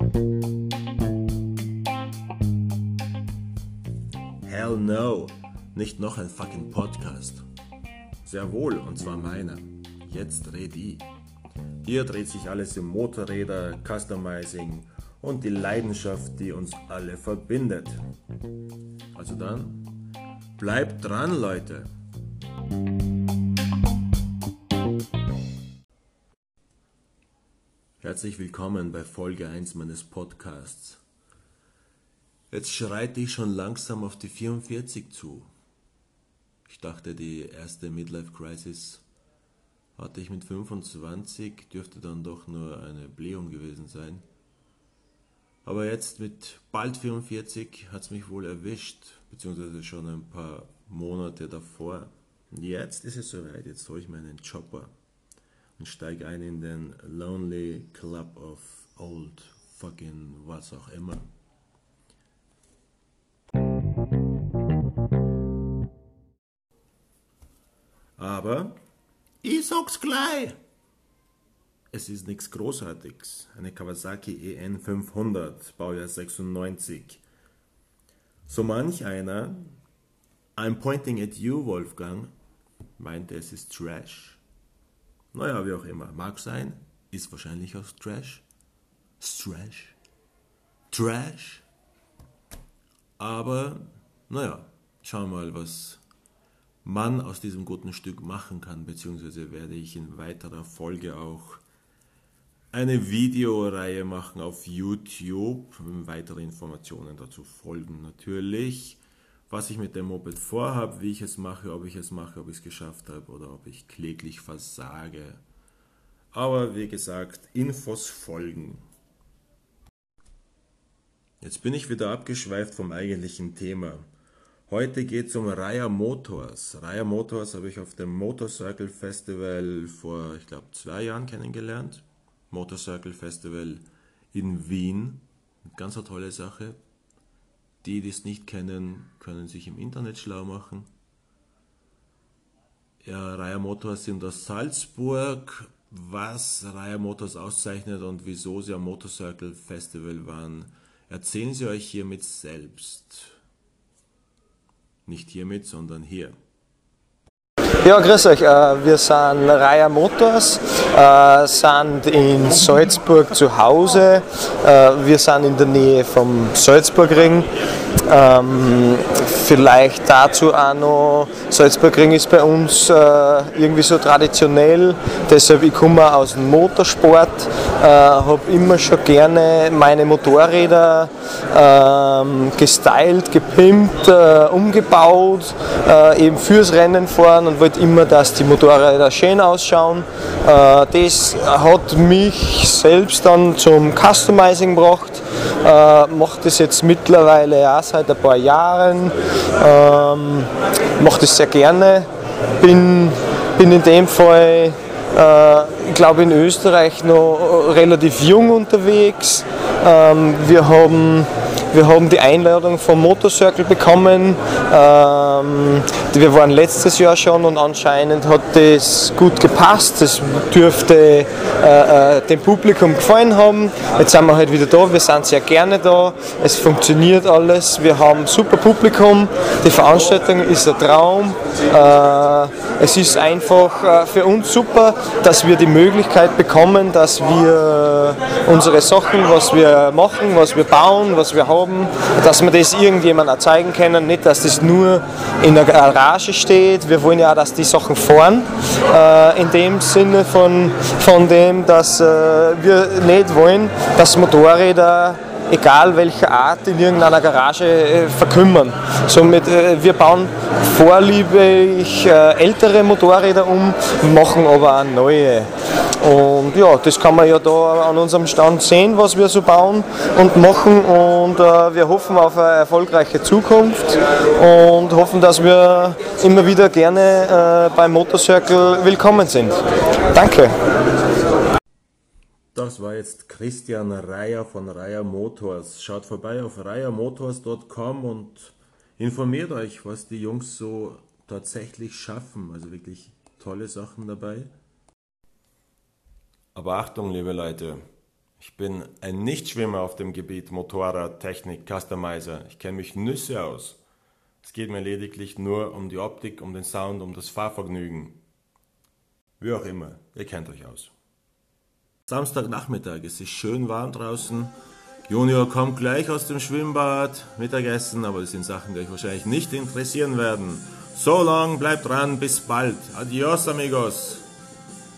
Hell no, nicht noch ein fucking Podcast. Sehr wohl, und zwar meiner. Jetzt ready. Hier dreht sich alles um Motorräder, Customizing und die Leidenschaft, die uns alle verbindet. Also dann, bleibt dran, Leute. Herzlich willkommen bei Folge 1 meines Podcasts. Jetzt schreite ich schon langsam auf die 44 zu. Ich dachte, die erste Midlife-Crisis hatte ich mit 25, dürfte dann doch nur eine Blähung gewesen sein. Aber jetzt mit bald 44 hat es mich wohl erwischt, beziehungsweise schon ein paar Monate davor. Und jetzt ist es soweit, jetzt hole ich meinen Chopper und steige ein in den Lonely Club of Old fucking was auch immer. Aber ich sag's gleich. Es ist nichts Großartiges. Eine Kawasaki EN 500, Baujahr 96. So manch einer, I'm pointing at you, Wolfgang, meinte, es ist Trash. Naja, wie auch immer. Mag sein, ist wahrscheinlich auch Trash. Trash. Trash. Aber, naja, schauen wir mal, was man aus diesem guten Stück machen kann, beziehungsweise werde ich in weiterer Folge auch eine Videoreihe machen auf YouTube. Weitere Informationen dazu folgen natürlich. Was ich mit dem Moped vorhabe, wie ich es mache, ob ich es geschafft habe oder ob ich kläglich versage. Aber wie gesagt, Infos folgen. Jetzt bin ich wieder abgeschweift vom eigentlichen Thema. Heute geht es um Raya Motors. Raya Motors habe ich auf dem Motorcycle Festival vor, ich glaube, 2 Jahren kennengelernt. Motorcycle Festival in Wien. Ganz eine tolle Sache. Die es nicht kennen, können sich im Internet schlau machen. Ja, Raya Motors sind aus Salzburg. Was Raya Motors auszeichnet und wieso sie am Motorcycle Festival waren, erzählen sie euch hiermit selbst. Nicht hiermit, sondern hier. Ja, grüß euch. Wir sind Raya Motors, sind in Salzburg zu Hause. Wir sind in der Nähe vom Salzburgring. Vielleicht dazu auch noch, Salzburgring ist bei uns irgendwie so traditionell, deshalb ich komme aus dem Motorsport, habe immer schon gerne meine Motorräder gestylt, gepimpt, umgebaut, eben fürs Rennen fahren und wollte immer, dass die Motorräder schön ausschauen. Das hat mich selbst dann zum Customizing gebracht. Mache das jetzt mittlerweile auch seit ein paar Jahren, mache das sehr gerne, bin in dem Fall, ich glaube in Österreich noch relativ jung unterwegs. Wir haben die Einladung vom Motorcircle bekommen. Wir waren letztes Jahr schon und anscheinend hat das gut gepasst. Das dürfte dem Publikum gefallen haben. Jetzt sind wir halt wieder da. Wir sind sehr gerne da. Es funktioniert alles. Wir haben ein super Publikum. Die Veranstaltung ist ein Traum. Es ist einfach für uns super, dass wir die Möglichkeit bekommen, dass wir unsere Sachen, was wir machen, was wir bauen, was wir haben, dass wir das irgendjemandem zeigen können, nicht, dass das nur in der Garage steht. Wir wollen ja auch, dass die Sachen fahren, in dem Sinne von dem, dass wir nicht wollen, dass Motorräder, egal welcher Art, in irgendeiner Garage verkümmern. Somit, wir bauen vorliebig ältere Motorräder um, machen aber auch neue. Und ja, das kann man ja da an unserem Stand sehen, was wir so bauen und machen, und wir hoffen auf eine erfolgreiche Zukunft und hoffen, dass wir immer wieder gerne beim Motorcircle willkommen sind. Danke! Das war jetzt Christian Raya von Raya Motors. Schaut vorbei auf rayamotors.com und informiert euch, was die Jungs so tatsächlich schaffen. Also wirklich tolle Sachen dabei. Aber Achtung, liebe Leute, Ich bin ein Nichtschwimmer auf dem Gebiet Motorrad, Technik, Customizer. Ich kenne mich Nüsse aus. Es geht mir lediglich nur um die Optik, um den Sound, um das Fahrvergnügen. Wie auch immer, ihr kennt euch aus. Samstagnachmittag, es ist schön warm draußen. Junior kommt gleich aus dem Schwimmbad, Mittagessen, aber das sind Sachen, die euch wahrscheinlich nicht interessieren werden. So long, bleibt dran, bis bald. Adios, amigos.